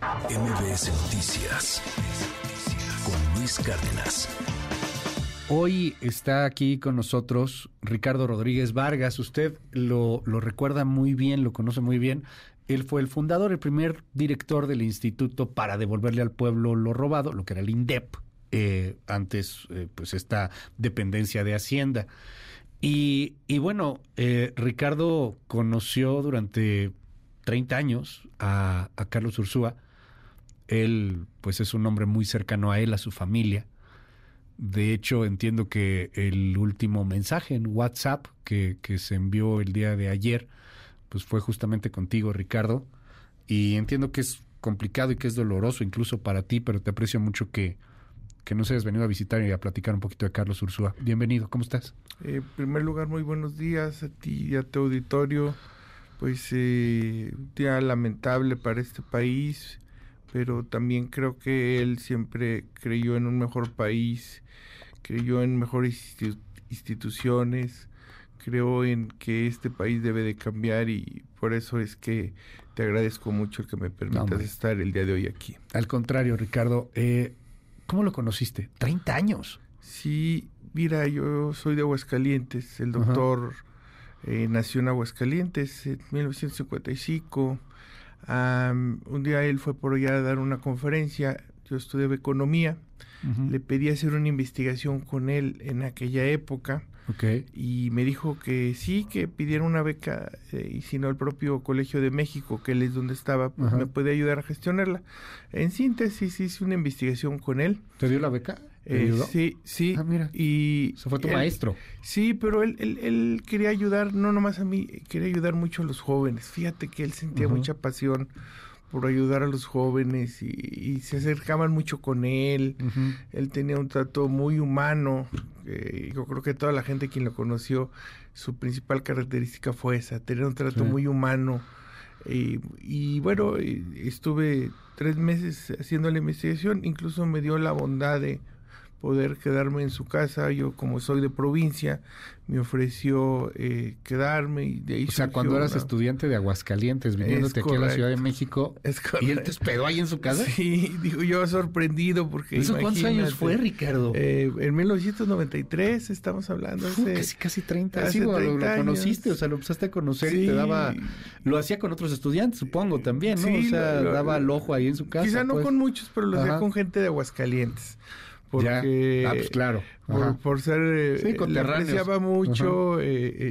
MBS Noticias con Luis Cárdenas. Hoy está aquí con nosotros Ricardo Rodríguez Vargas. Usted lo recuerda muy bien, lo conoce muy bien. Él fue el fundador, el primer director del Instituto para Devolverle al Pueblo lo Robado, lo que era el INDEP, antes pues esta dependencia de Hacienda. Y bueno, Ricardo conoció durante 30 años a Carlos Ursúa. Él pues es un hombre muy cercano a él, a su familia. De hecho, entiendo que el último mensaje en WhatsApp que se envió el día de ayer, pues fue justamente contigo, Ricardo. Y entiendo que es complicado y que es doloroso incluso para ti, pero te aprecio mucho que nos hayas venido a visitar y a platicar un poquito de Carlos Ursúa. Bienvenido, ¿cómo estás? En primer lugar, muy buenos días a ti y a tu auditorio. Pues un día lamentable para este país, pero también creo que él siempre creyó en un mejor país, creyó en mejores instituciones, creo en que este país debe de cambiar y por eso es que te agradezco mucho el que me permitas estar el día de hoy aquí. Al contrario, Ricardo, ¿cómo lo conociste? 30 años. Sí, mira, yo soy de Aguascalientes, el doctor nació en Aguascalientes en 1955. Un día él fue por allá a dar una conferencia, yo estudiaba economía, le pedí hacer una investigación con él en aquella época, y me dijo que sí, que pidiera una beca, y si no el propio Colegio de México, que él es donde estaba, pues me puede ayudar a gestionarla. En síntesis, hice una investigación con él. ¿Te dio la beca? Sí. Ah, mira. Y eso fue tu maestro. Sí, pero él quería ayudar, no nomás a mí, quería ayudar mucho a los jóvenes. Fíjate que él sentía mucha pasión por ayudar a los jóvenes y se acercaban mucho con él. Él tenía un trato muy humano. Yo creo que toda la gente quien lo conoció, su principal característica fue esa, tener un trato muy humano. Y bueno, estuve 3 meses haciendo la investigación, incluso me dio la bondad de poder quedarme en su casa. Yo, como soy de provincia, me ofreció quedarme y de ahí. O sea, cuando eras estudiante de Aguascalientes, viniéndote aquí a la Ciudad de México, ¿y él te hospedó ahí en su casa? Sí, digo, yo sorprendido porque ¿Eso cuántos años fue, Ricardo? En 1993 estamos hablando. Casi 30 años. Lo conociste, o sea, lo empezaste a conocer y te daba... Lo hacía con otros estudiantes, supongo, también, ¿no? Sí, o sea, daba el ojo ahí en su casa. Quizá no con muchos, pero lo hacía con gente de Aguascalientes. Porque pues claro, por ser le apreciaba mucho,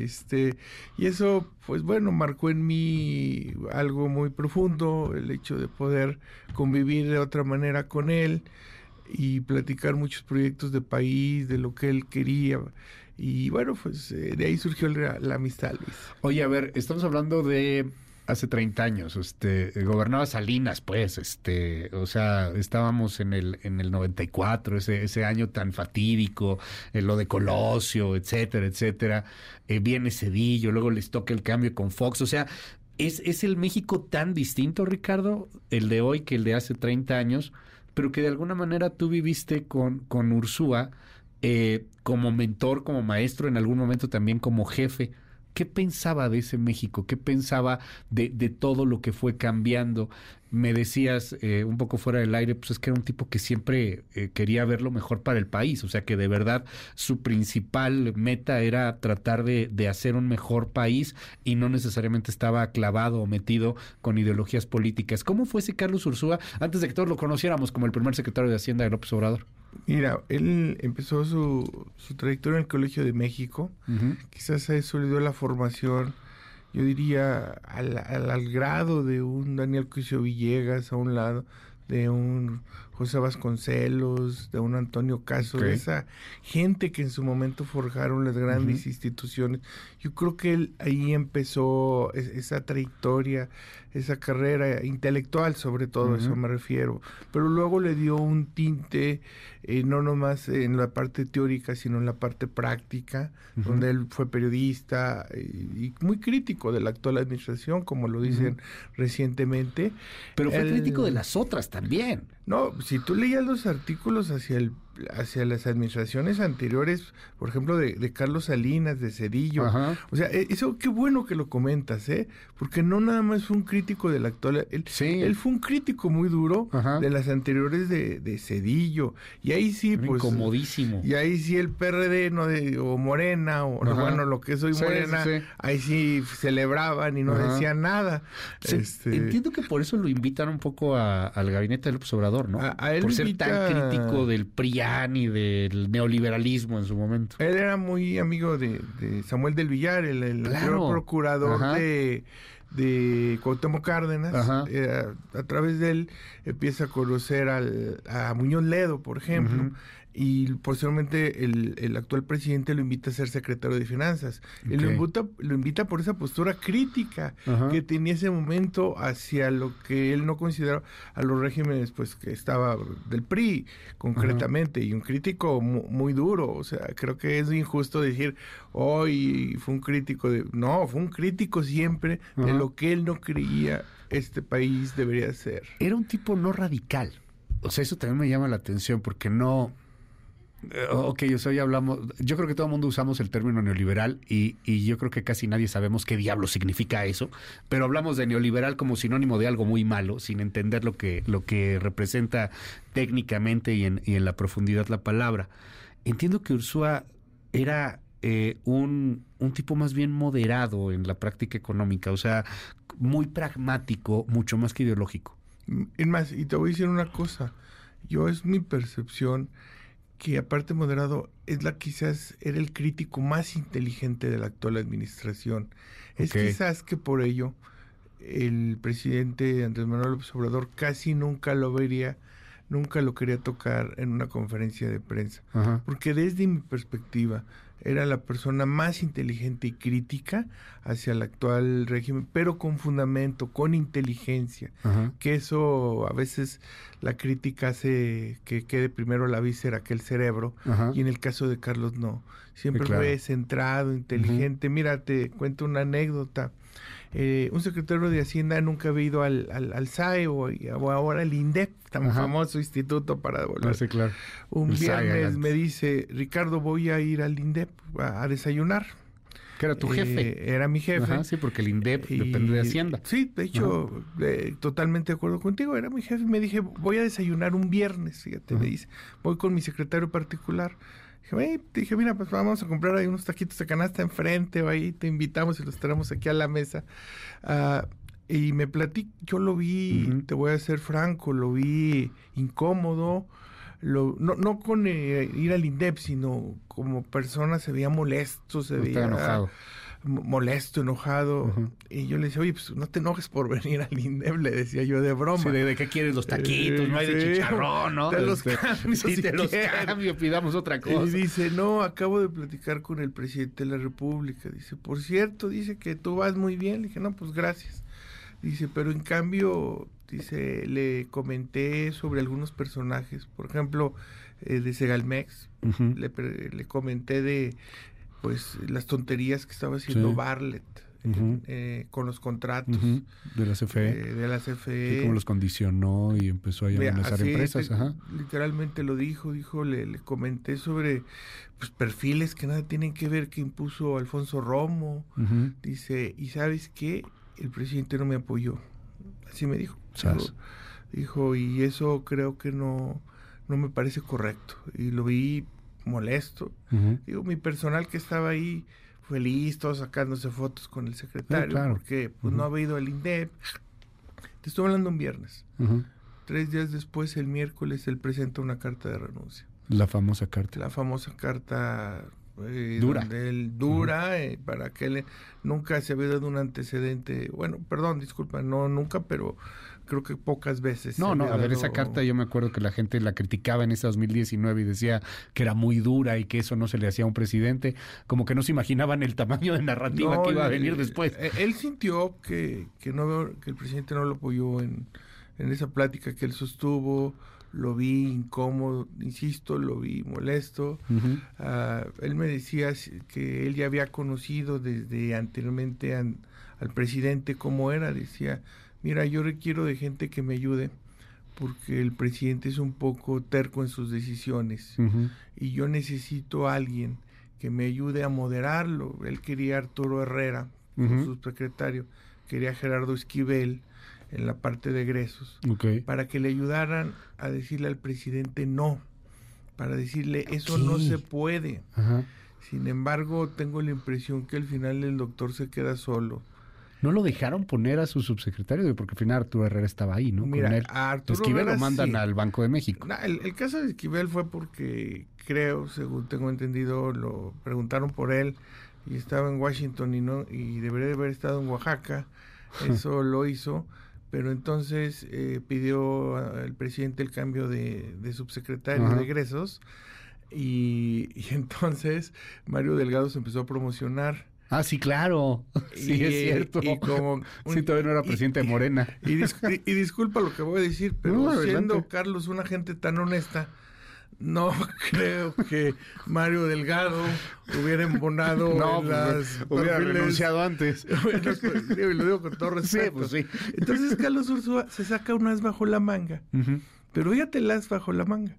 y eso pues bueno, marcó en mí algo muy profundo, el hecho de poder convivir de otra manera con él y platicar muchos proyectos de país, de lo que él quería. Y bueno, pues de ahí surgió la amistad, Luis. Oye, a ver, estamos hablando de hace 30 años, gobernaba Salinas, pues, o sea, estábamos en el 94, ese año tan fatídico, lo de Colosio, etcétera, etcétera, viene Cedillo, luego les toca el cambio con Fox, o sea, ¿es el México tan distinto, Ricardo, el de hoy que el de hace 30 años, pero que de alguna manera tú viviste con Ursúa como mentor, como maestro, en algún momento también como jefe? ¿Qué pensaba de ese México? ¿Qué pensaba de todo lo que fue cambiando? Me decías un poco fuera del aire, pues es que era un tipo que siempre quería ver lo mejor para el país, o sea que de verdad su principal meta era tratar de hacer un mejor país y no necesariamente estaba clavado o metido con ideologías políticas. ¿Cómo fue ese Carlos Ursúa antes de que todos lo conociéramos como el primer secretario de Hacienda de López Obrador? Mira, él empezó su trayectoria en el Colegio de México. Quizás a eso le dio la formación, yo diría, al grado de un Daniel Cuicio Villegas, a un lado de un José Vasconcelos, de un Antonio Caso, de esa gente que en su momento forjaron las grandes instituciones. Yo creo que él ahí empezó esa trayectoria, esa carrera intelectual, sobre todo, eso me refiero. Pero luego le dio un tinte, no nomás en la parte teórica, sino en la parte práctica, donde él fue periodista y muy crítico de la actual administración, como lo dicen recientemente. Pero fue crítico de las otras también. No, si tú leías los artículos hacia hacia las administraciones anteriores, por ejemplo, de Carlos Salinas, de Zedillo. Ajá. O sea, eso qué bueno que lo comentas, porque no nada más fue un crítico de la actual, él fue un crítico muy duro de las anteriores de Zedillo. Y ahí sí, pues... Incomodísimo. Y ahí sí el PRD, o Morena, o bueno, lo que soy Morena, ahí sí celebraban y no decían nada. Entiendo que por eso lo invitan un poco al gabinete de López Obrador, ¿no? A él por ser tan crítico del PRIAN y del neoliberalismo en su momento. Él era muy amigo de Samuel del Villar, el anterior procurador de Cuauhtémoc Cárdenas. A través de él empieza a conocer a Muñoz Ledo, por ejemplo. Y posteriormente el actual presidente lo invita a ser secretario de Finanzas. Y lo invita por esa postura crítica que tenía ese momento hacia lo que él no consideraba a los regímenes, pues, que estaba del PRI, concretamente, y un crítico muy duro. O sea, creo que es injusto decir, hoy fue un crítico no, fue un crítico siempre de lo que él no creía este país debería ser. Era un tipo no radical. O sea, eso también me llama la atención, porque no... Ok, hoy hablamos, yo creo que todo el mundo usamos el término neoliberal y yo creo que casi nadie sabemos qué diablo significa eso, pero hablamos de neoliberal como sinónimo de algo muy malo, sin entender lo que representa técnicamente y en la profundidad la palabra. Entiendo que Ursúa era un tipo más bien moderado en la práctica económica, o sea, muy pragmático, mucho más que ideológico. Es más, y te voy a decir una cosa, es mi percepción que aparte moderado quizás era el crítico más inteligente de la actual administración. Es quizás que por ello el presidente Andrés Manuel López Obrador casi nunca lo quería tocar en una conferencia de prensa, porque desde mi perspectiva era la persona más inteligente y crítica hacia el actual régimen, pero con fundamento, con inteligencia, que eso a veces la crítica hace que quede primero la víscera que el cerebro, y en el caso de Carlos no, siempre fue centrado, inteligente. Mira, te cuento una anécdota. Un secretario de Hacienda nunca había ido al SAE o ahora al INDEP, tan famoso instituto para devolver. Claro. Un viernes me dice, Ricardo, voy a ir al INDEP a desayunar. ¿Que era tu jefe? Era mi jefe. Sí, porque el INDEP depende de Hacienda. Sí, de hecho, totalmente de acuerdo contigo. Era mi jefe. Me dije, voy a desayunar un viernes, fíjate, me dice. Voy con mi secretario particular. Dije, mira, pues vamos a comprar ahí unos taquitos de canasta enfrente, o ahí te invitamos y los traemos aquí a la mesa. Y me platicó, yo lo vi, te voy a ser franco, lo vi incómodo, no con ir al INDEP, sino como persona se veía molesto, se veía enojado. Molesto, enojado. Y yo le decía, oye, pues no te enojes por venir al INDEP, le decía yo de broma. Sí, ¿de qué quieres los taquitos? No hay de chicharrón, ¿no? Te los cambio. Sí, te los cambio, pidamos otra cosa. Y dice, no, acabo de platicar con el presidente de la República. Dice, por cierto, dice que tú vas muy bien. Le dije, no, pues gracias. Dice, pero en cambio, dice, le comenté sobre algunos personajes. Por ejemplo, de Segalmex. Le comenté de... pues las tonterías que estaba haciendo Bartlett con los contratos de la CFE. Y cómo los condicionó y empezó a amenazar empresas. Literalmente lo dijo, le comenté sobre pues perfiles que nada tienen que ver que impuso Alfonso Romo. Dice, ¿y sabes qué? El presidente no me apoyó. Así me dijo. Dijo, y eso creo que no me parece correcto. Y lo vi molesto. Digo, mi personal que estaba ahí feliz, todos sacándose fotos con el secretario, porque pues no había ido al INDEP. Te estoy hablando un viernes. 3 días después, el miércoles, él presenta una carta de renuncia. La famosa carta. Dura. Donde él para que él nunca se había dado un antecedente. Bueno, perdón, disculpa, no nunca, pero creo que pocas veces. Esa carta yo me acuerdo que la gente la criticaba en ese 2019 y decía que era muy dura y que eso no se le hacía a un presidente, como que no se imaginaban el tamaño de narrativa que iba a venir después. Él sintió que el presidente no lo apoyó en esa plática que él sostuvo. Lo vi incómodo, insisto, lo vi molesto. Él me decía que él ya había conocido desde anteriormente al presidente cómo era. Decía, mira, yo requiero de gente que me ayude porque el presidente es un poco terco en sus decisiones y yo necesito a alguien que me ayude a moderarlo. Él quería a Arturo Herrera, como subsecretario, quería a Gerardo Esquivel en la parte de egresos, para que le ayudaran a decirle al presidente no, para decirle eso no se puede. Sin embargo, tengo la impresión que al final el doctor se queda solo. ¿No lo dejaron poner a su subsecretario? Porque al final Arturo Herrera estaba ahí, ¿no? Mira, con él. a Arturo Esquivel Herrera lo mandan sí. al Banco de México. No, el caso de Esquivel fue porque, creo, según tengo entendido, lo preguntaron por él y estaba en Washington y debería de haber estado en Oaxaca. Eso lo hizo, pero entonces pidió al presidente el cambio de subsecretario de egresos y entonces Mario Delgado se empezó a promocionar. Ah, sí, claro. Sí, es cierto. Y como sí, todavía no era presidente de Morena. Y disculpa lo que voy a decir, pero No, siendo adelante. Carlos una gente tan honesta, no creo que Mario Delgado hubiera embonado No, en pues, las hubiera perfiles. renunciado antes. Bueno, lo digo con todo respeto. Sí, pues sí. Entonces Carlos Ursúa se saca un as bajo la manga, pero fíjate el as bajo la manga.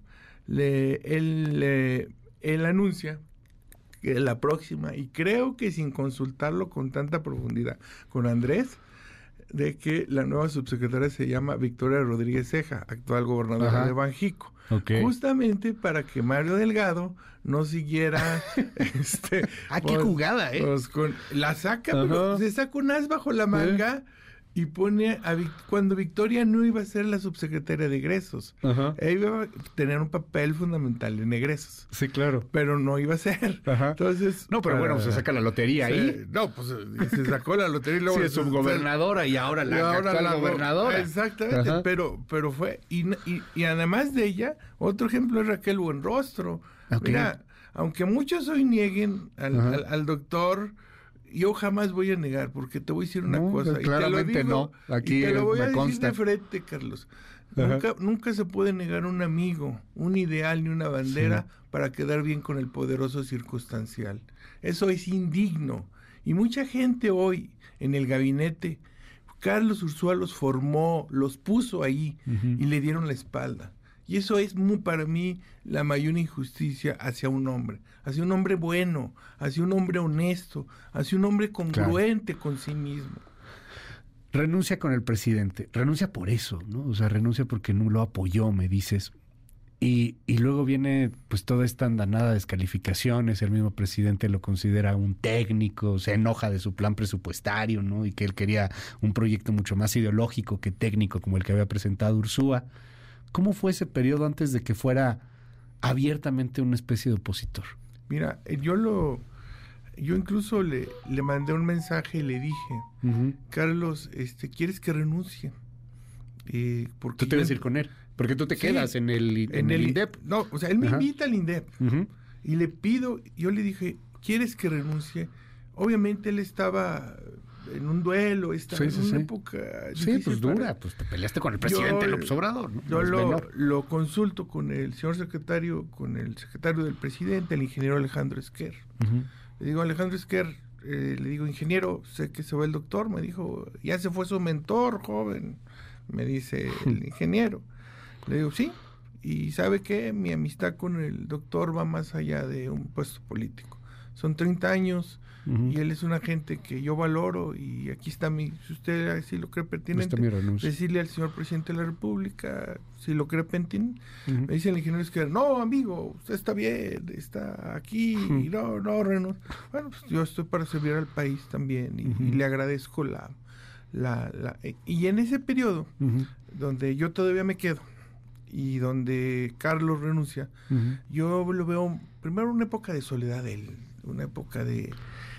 Él anuncia que la próxima, y creo que sin consultarlo con tanta profundidad con Andrés, de que la nueva subsecretaria se llama Victoria Rodríguez Ceja, actual gobernadora de Banjico. Justamente para que Mario Delgado no siguiera qué jugada, la saca, pero se saca un as bajo la manga y pone cuando Victoria no iba a ser la subsecretaria de egresos. Ella iba a tener un papel fundamental en egresos. Sí, claro. Pero no iba a ser. Entonces, no, pero bueno, se saca la lotería ahí. No, pues se sacó la lotería y luego sí, es subgobernadora y ahora la actual gobernadora. Exactamente, pero fue y además de ella, otro ejemplo es Raquel Buenrostro. Mira, aunque muchos hoy nieguen al doctor, yo jamás voy a negar, porque te voy a decir una cosa. Claramente y te lo digo, no. Aquí y te lo voy a decir consta. de frente, Carlos. Nunca se puede negar un amigo, un ideal ni una bandera para quedar bien con el poderoso circunstancial. Eso es indigno. Y mucha gente hoy en el gabinete, Carlos Ursúa los formó, los puso ahí y le dieron la espalda. Y eso es para mí la mayor injusticia hacia un hombre bueno, hacia un hombre honesto, hacia un hombre congruente con sí mismo. Renuncia con el presidente, renuncia por eso, ¿no? O sea, renuncia porque no lo apoyó, me dices. Y luego viene pues toda esta andanada de descalificaciones, el mismo presidente lo considera un técnico, se enoja de su plan presupuestario, ¿no? Y que él quería un proyecto mucho más ideológico que técnico, como el que había presentado Ursúa. ¿Cómo fue ese periodo antes de que fuera abiertamente una especie de opositor? Mira, yo incluso le mandé un mensaje y le dije, Carlos, ¿quieres que renuncie? Porque tú te vas a ir con él, porque tú te quedas en el INDEP. No, o sea, él me invita al INDEP y le pido, yo le dije, ¿quieres que renuncie? Obviamente él estaba en un duelo, estaba en una época difícil. Sí, pues dura, pues te peleaste con el presidente López Obrador, ¿no? Yo lo consulto con el señor secretario, con el secretario del presidente, el ingeniero Alejandro Esquer. Le digo, Alejandro Esquer, le digo, ingeniero, sé que se va el doctor. Me dijo, ya se fue su mentor, joven, me dice el ingeniero. Le digo, sí, y ¿sabe qué? Mi amistad con el doctor va más allá de un puesto político. Son 30 años y él es una gente que yo valoro y aquí está si usted así lo cree pertinente, decirle al señor presidente de la República si lo cree pertinente. Me dice el ingeniero Esquer, no, amigo, usted está bien, está aquí, no, renuncia. Bueno, pues yo estoy para servir al país también y le agradezco y en ese periodo donde yo todavía me quedo y donde Carlos renuncia, yo lo veo primero una época de soledad de él, una época de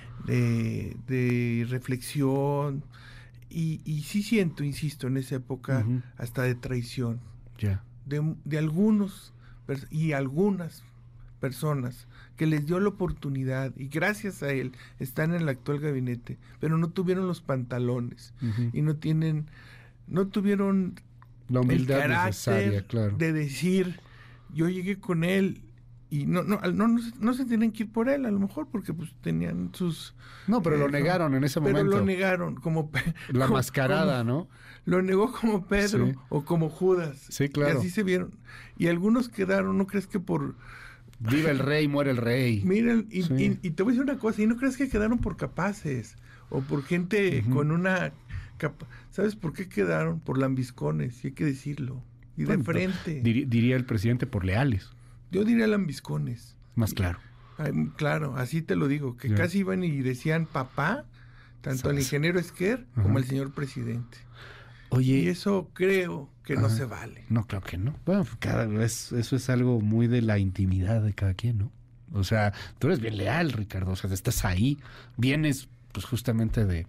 reflexión y sí siento, insisto, en esa época hasta de traición de algunos y algunas personas que les dio la oportunidad y gracias a él están en el actual gabinete, pero no tuvieron los pantalones y no tuvieron la humildad el carácter necesaria, claro, de decir, yo llegué con él no se tenían que ir por él, a lo mejor, porque pues tenían sus... No, pero lo negaron en ese momento. Pero lo negaron como... La mascarada, ¿no? Lo negó como Pedro o como Judas. Sí, claro. Y así se vieron. Y algunos quedaron, ¿no crees que por... Viva el rey, muere el rey. Miren, y te voy a decir una cosa, y no crees que quedaron por capaces o por gente con una... ¿Sabes por qué quedaron? Por lambiscones, y hay que decirlo. Y de frente. Diría el presidente por leales. Yo diría lambiscones. Más claro. Claro, así te lo digo, que casi iban y decían papá, tanto al ingeniero Esquer como al señor presidente. Oye, y eso creo que no se vale. No, claro que no. Bueno, cada vez eso es algo muy de la intimidad de cada quien, ¿no? O sea, tú eres bien leal, Ricardo, o sea, estás ahí, vienes pues justamente de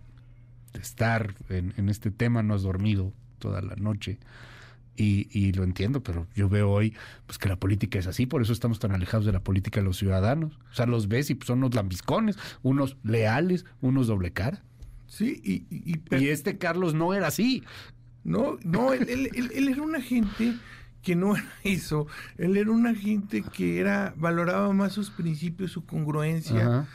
estar en este tema, no has dormido toda la noche. Y lo entiendo, pero yo veo hoy pues que la política es así, por eso estamos tan alejados de la política de los ciudadanos. O sea, los ves y pues, son unos lambiscones, unos leales, unos doble cara. Sí, y este Carlos no era así. No, él era una gente que no era eso. Él era una gente que valoraba más sus principios, su congruencia.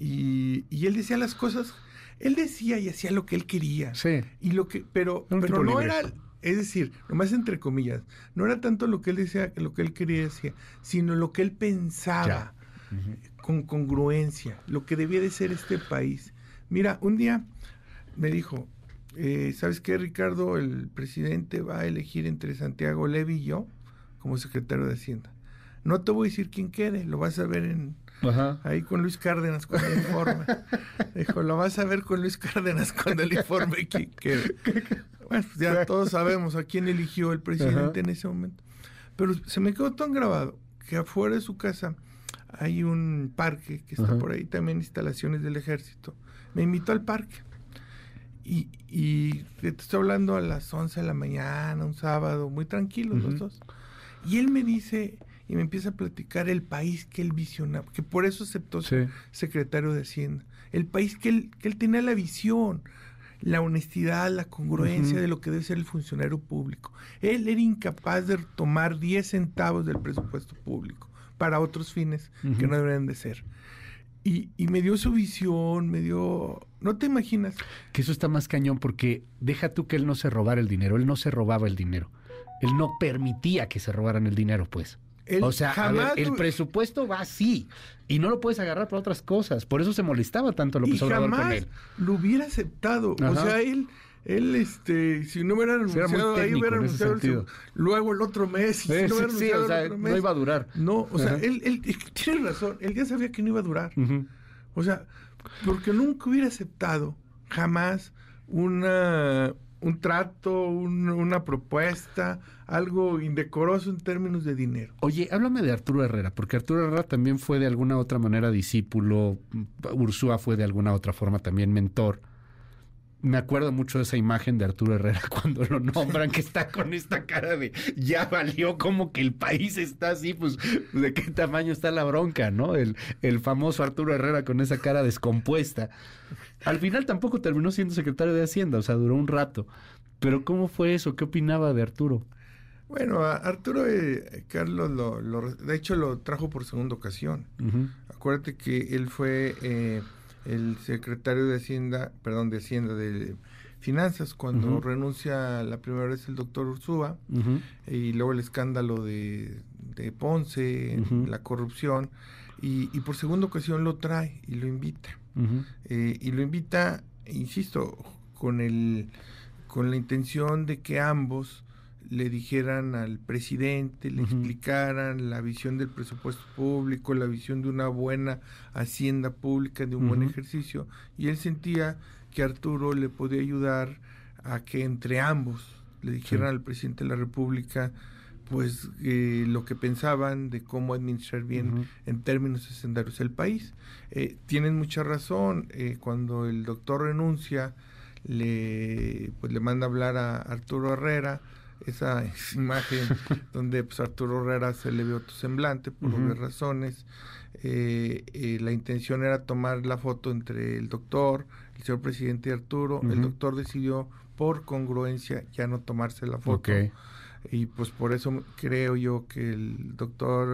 Y él decía las cosas, él decía y hacía lo que él quería. Sí. Y pero no era... Es decir, nomás entre comillas, no era tanto lo que él decía, lo que él quería decir, sino lo que él pensaba con congruencia, lo que debía de ser este país. Mira, un día me dijo, ¿sabes qué, Ricardo? El presidente va a elegir entre Santiago Levy y yo como secretario de Hacienda. No te voy a decir quién quede, lo vas a ver ahí con Luis Cárdenas cuando el informe. Dijo, lo vas a ver con Luis Cárdenas cuando el informe quién quede. Bueno, pues ya todos sabemos a quién eligió el presidente en ese momento. Pero se me quedó tan grabado que afuera de su casa hay un parque que está por ahí, también instalaciones del ejército. Me invitó al parque. Y te estoy hablando a las 11 de la mañana, un sábado, muy tranquilos los dos. Y él me dice, y me empieza a platicar el país que él visionaba, que por eso aceptó ser secretario de Hacienda. El país que él tenía la visión, la honestidad, la congruencia de lo que debe ser el funcionario público. Él era incapaz de tomar 10 centavos del presupuesto público para otros fines que no deberían de ser. Y me dio su visión, no te imaginas. Que eso está más cañón porque deja tú que él no se robara el dinero, él no se robaba el dinero. Él no permitía que se robaran el dinero, pues. O sea, a ver, el presupuesto va así y no lo puedes agarrar para otras cosas. Por eso se molestaba tanto López Obrador con él. Lo hubiera aceptado. O sea, él si no hubiera renunciado, ahí hubiera renunciado luego el otro mes. Si no hubiera renunciado el otro mes, no iba a durar. No, o sea, él tiene razón. Él ya sabía que no iba a durar. O sea, porque nunca hubiera aceptado jamás un trato, una propuesta, algo indecoroso en términos de dinero. Oye, háblame de Arturo Herrera, porque Arturo Herrera también fue de alguna otra manera discípulo, Ursúa fue de alguna otra forma también mentor. Me acuerdo mucho de esa imagen de Arturo Herrera cuando lo nombran, que está con esta cara de ya valió, como que el país está así, pues de qué tamaño está la bronca, ¿no? El famoso Arturo Herrera con esa cara descompuesta. Al final tampoco terminó siendo secretario de Hacienda, o sea, duró un rato. Pero ¿cómo fue eso? ¿Qué opinaba de Arturo? Bueno, Arturo, Carlos, de hecho lo trajo por segunda ocasión. Acuérdate que él fue el secretario de Hacienda, de Finanzas, cuando renuncia la primera vez el doctor Ursúa, y luego el escándalo de Ponce, la corrupción, y por segunda ocasión lo trae y lo invita. Y lo invita, insisto, con la intención de que ambos le dijeran al presidente, le explicaran la visión del presupuesto público, la visión de una buena hacienda pública, de un buen ejercicio, y él sentía que Arturo le podía ayudar a que entre ambos le dijeran al presidente de la República pues lo que pensaban de cómo administrar bien en términos hacendarios el país. Tienen mucha razón, cuando el doctor renuncia, le manda a hablar a Arturo Herrera, esa imagen donde pues Arturo Herrera se le ve otro semblante por obvias razones. La intención era tomar la foto entre el doctor, el señor presidente y Arturo. El doctor decidió por congruencia ya no tomarse la foto. Y pues por eso creo yo que el doctor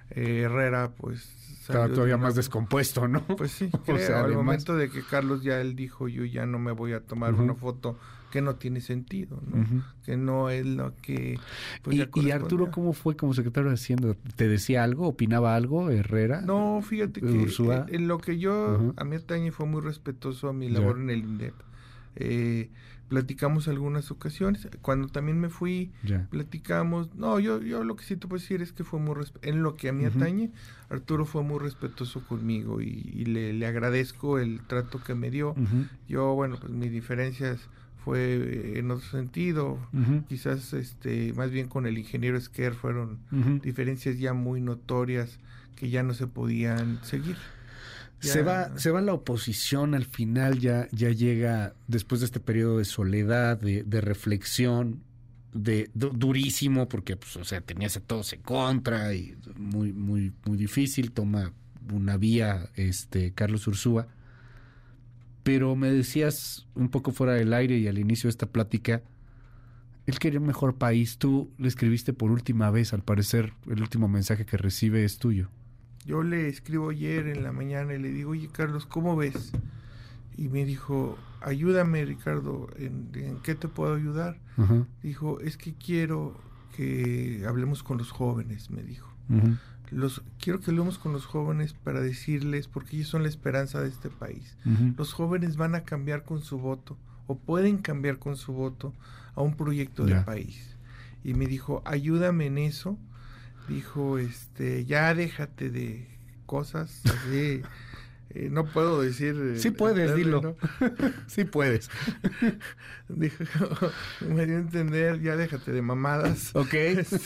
Herrera, pues... Estaba todavía más descompuesto, ¿no? Pues sí, O creo, sea, al además... momento de que Carlos ya él dijo, yo ya no me voy a tomar una foto que no tiene sentido, ¿no? Que no es lo que... Pues, ¿Y Arturo cómo fue como secretario de Hacienda? ¿Te decía algo? ¿Opinaba algo, Herrera? No, fíjate que Ursúa. En lo que yo... A mí atañe fue muy respetuoso a mi labor en el INDEP. Platicamos algunas ocasiones. Cuando también me fui, platicamos. No, yo lo que sí te puedo decir es que fue muy en lo que a mí atañe, Arturo fue muy respetuoso conmigo y le agradezco el trato que me dio. Yo, bueno, pues mis diferencias fue en otro sentido. Quizás más bien con el ingeniero Esquer fueron diferencias ya muy notorias que ya no se podían seguir. Se va la oposición al final, ya llega después de este periodo de soledad, de reflexión, durísimo, porque pues, o sea, tenías a todos en contra y muy, muy, muy difícil. Toma una vía Carlos Ursúa. Pero me decías un poco fuera del aire y al inicio de esta plática, él quería un mejor país. Tú le escribiste por última vez, al parecer el último mensaje que recibe es tuyo. Yo le escribo ayer en la mañana y le digo, oye Carlos, ¿cómo ves? Y me dijo, ayúdame Ricardo, ¿en qué te puedo ayudar? Dijo, es que quiero que hablemos con los jóvenes, me dijo. Quiero que hablemos con los jóvenes para decirles, porque ellos son la esperanza de este país. Los jóvenes van a cambiar con su voto, o pueden cambiar con su voto, a un proyecto de país. Y me dijo, ayúdame en eso. Dijo, ya déjate de cosas así, no puedo decir... Sí puedes, dilo. ¿No? Sí puedes. Dijo, me dio a entender, ya déjate de mamadas. Ok.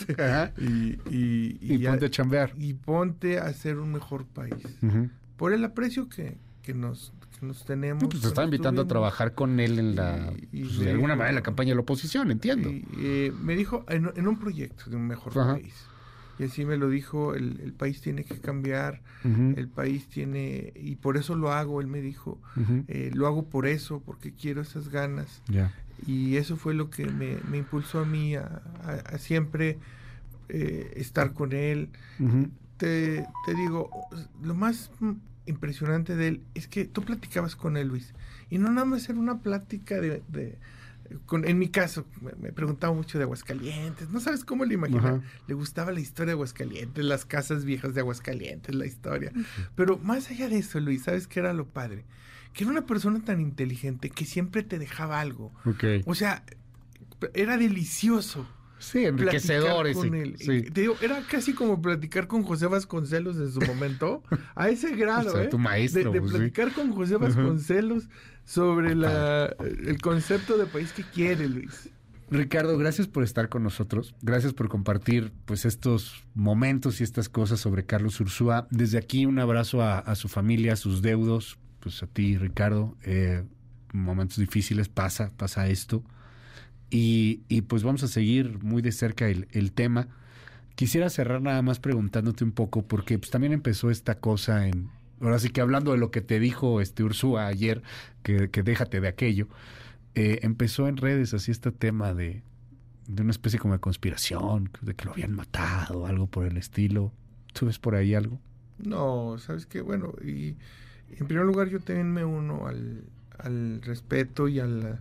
Y ponte a chambear. Y ponte a hacer un mejor país. Por el aprecio que nos tenemos. Pues te estaba invitando a trabajar con él en de alguna manera en la campaña de la oposición, entiendo. Me dijo, en un proyecto de un mejor país. Y así me lo dijo, el país tiene que cambiar, el país tiene, y por eso lo hago, él me dijo, lo hago por eso, porque quiero esas ganas. Y eso fue lo que me impulsó a mí a siempre estar con él. Te digo, lo más impresionante de él es que tú platicabas con él, Luis, y no nada más era una plática en mi caso, me preguntaba mucho de Aguascalientes, no sabes cómo le imaginaba, le gustaba la historia de Aguascalientes, las casas viejas de Aguascalientes, la historia, pero más allá de eso, Luis, ¿sabes qué era lo padre? Que era una persona tan inteligente que siempre te dejaba algo, o sea, era delicioso. Sí, enriquecedor con él. Sí. Te digo, era casi como platicar con José Vasconcelos en su momento, a ese grado, o sea, tu maestro, de platicar con José Vasconcelos sobre el concepto de país que quiere, Luis. Ricardo, gracias por estar con nosotros, gracias por compartir pues estos momentos y estas cosas sobre Carlos Ursúa. Desde aquí un abrazo a su familia, a sus deudos, pues a ti, Ricardo. Momentos difíciles, pasa esto. Y pues vamos a seguir muy de cerca el tema. Quisiera cerrar nada más preguntándote un poco, porque pues también empezó esta cosa ahora sí que hablando de lo que te dijo Ursúa ayer, que déjate de aquello, empezó en redes así este tema de una especie como de conspiración, de que lo habían matado, algo por el estilo. ¿Tú ves por ahí algo? No, sabes que bueno, y en primer lugar yo también me uno al respeto y al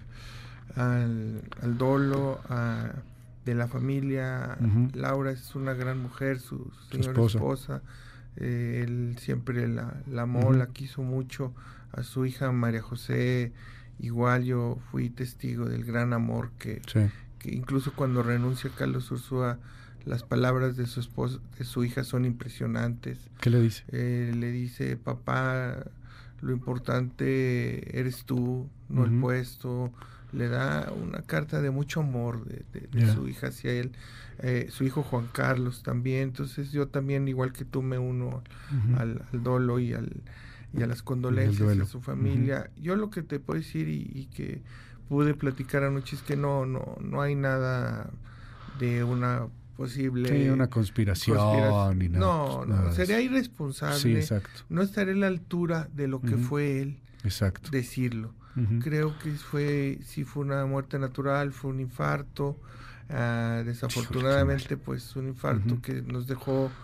dolo de la familia. Laura es una gran mujer, su señora esposa. Él siempre la amó, la quiso mucho. A su hija María José, igual yo fui testigo del gran amor que incluso cuando renuncia Carlos Ursúa, las palabras de su esposa, de su hija son impresionantes. ¿Qué le dice? Le dice, papá, lo importante eres tú, no el puesto. Le da una carta de mucho amor de su hija hacia él, su hijo Juan Carlos también. Entonces yo también, igual que tú, me uno al dolo y a las condolencias de su familia. Yo lo que te puedo decir y que pude platicar anoche es que no hay nada de una posible... una conspiración ni nada. No, sería irresponsable. Sí, exacto. No estaré a la altura de lo que fue él. Exacto. Decirlo. Creo que sí fue una muerte natural, fue un infarto, desafortunadamente pues un infarto que nos dejó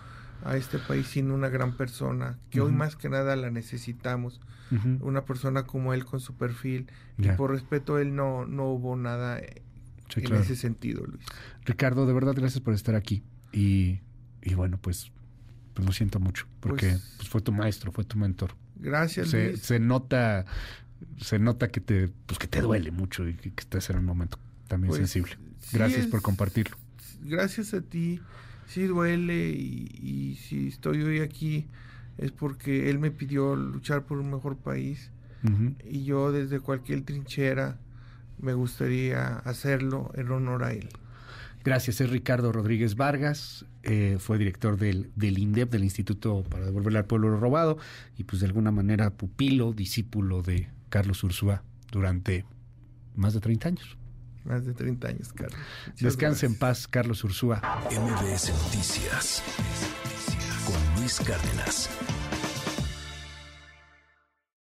a este país sin una gran persona, que hoy más que nada la necesitamos. Una persona como él con su perfil, y por respeto a él no hubo nada en ese sentido, Luis. Ricardo, de verdad, gracias por estar aquí. Y bueno, pues lo siento mucho, porque pues fue tu maestro, fue tu mentor. Gracias, Luis. Se nota que te duele mucho y que estás en un momento también sensible. Gracias por compartirlo. Gracias a ti. Sí duele, y si estoy hoy aquí es porque él me pidió luchar por un mejor país, y yo desde cualquier trinchera me gustaría hacerlo en honor a él. Gracias, es Ricardo Rodríguez Vargas, fue director del INDEP, del Instituto para Devolverle al Pueblo lo Robado, y pues de alguna manera pupilo, discípulo de Carlos Ursúa durante más de 30 años. Más de 30 años, Carlos. Descanse en paz, Carlos Ursúa. MBS Noticias con Luis Cárdenas.